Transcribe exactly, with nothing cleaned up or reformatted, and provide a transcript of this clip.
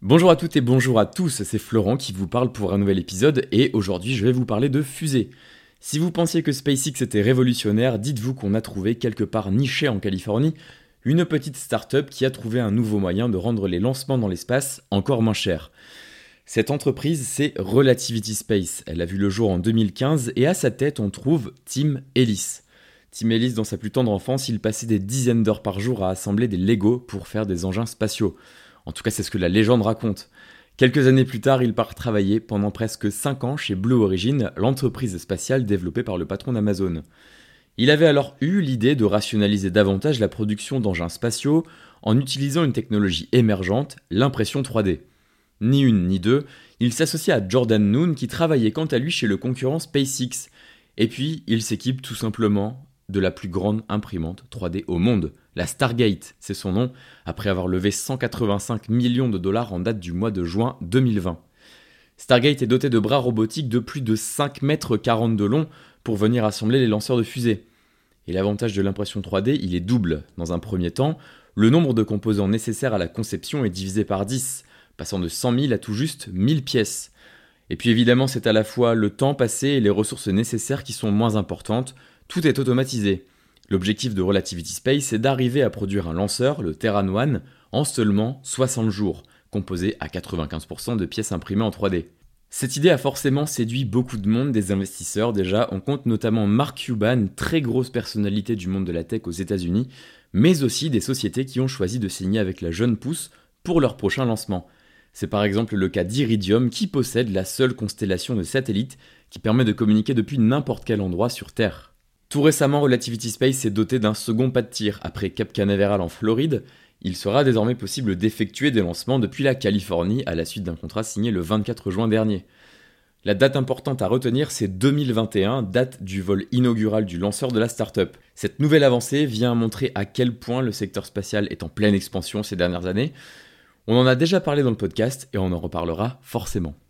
Bonjour à toutes et bonjour à tous, c'est Florent qui vous parle pour un nouvel épisode et aujourd'hui je vais vous parler de fusées. Si vous pensiez que SpaceX était révolutionnaire, dites-vous qu'on a trouvé quelque part niché en Californie une petite start-up qui a trouvé un nouveau moyen de rendre les lancements dans l'espace encore moins chers. Cette entreprise, c'est Relativity Space. Elle a vu le jour en deux mille quinze et à sa tête on trouve Tim Ellis. Tim Ellis, dans sa plus tendre enfance, il passait des dizaines d'heures par jour à assembler des Lego pour faire des engins spatiaux. En tout cas, c'est ce que la légende raconte. Quelques années plus tard, il part travailler pendant presque cinq ans chez Blue Origin, l'entreprise spatiale développée par le patron d'Amazon. Il avait alors eu l'idée de rationaliser davantage la production d'engins spatiaux en utilisant une technologie émergente, l'impression trois D. Ni une ni deux, il s'associe à Jordan Noon qui travaillait quant à lui chez le concurrent SpaceX. Et puis, il s'équipe tout simplement de la plus grande imprimante trois D au monde. La Stargate, c'est son nom, après avoir levé cent quatre-vingt-cinq millions de dollars en date du mois de juin deux mille vingt. Stargate est dotée de bras robotiques de plus de cinq mètres quarante de long pour venir assembler les lanceurs de fusées. Et l'avantage de l'impression trois D, il est double. Dans un premier temps, le nombre de composants nécessaires à la conception est divisé par dix, passant de cent mille à tout juste mille pièces. Et puis évidemment, c'est à la fois le temps passé et les ressources nécessaires qui sont moins importantes. Tout est automatisé. L'objectif de Relativity Space, c'est d'arriver à produire un lanceur, le Terran One, en seulement soixante jours, composé à quatre-vingt-quinze pour cent de pièces imprimées en trois D. Cette idée a forcément séduit beaucoup de monde, des investisseurs déjà. On compte notamment Mark Cuban, très grosse personnalité du monde de la tech aux États-Unis, mais aussi des sociétés qui ont choisi de signer avec la jeune pousse pour leur prochain lancement. C'est par exemple le cas d'Iridium qui possède la seule constellation de satellites qui permet de communiquer depuis n'importe quel endroit sur Terre. Tout récemment, Relativity Space s'est doté d'un second pas de tir. Après Cap Canaveral en Floride, il sera désormais possible d'effectuer des lancements depuis la Californie à la suite d'un contrat signé le vingt-quatre juin dernier. La date importante à retenir, c'est deux mille vingt et un, date du vol inaugural du lanceur de la start-up. Cette nouvelle avancée vient montrer à quel point le secteur spatial est en pleine expansion ces dernières années. On en a déjà parlé dans le podcast et on en reparlera forcément.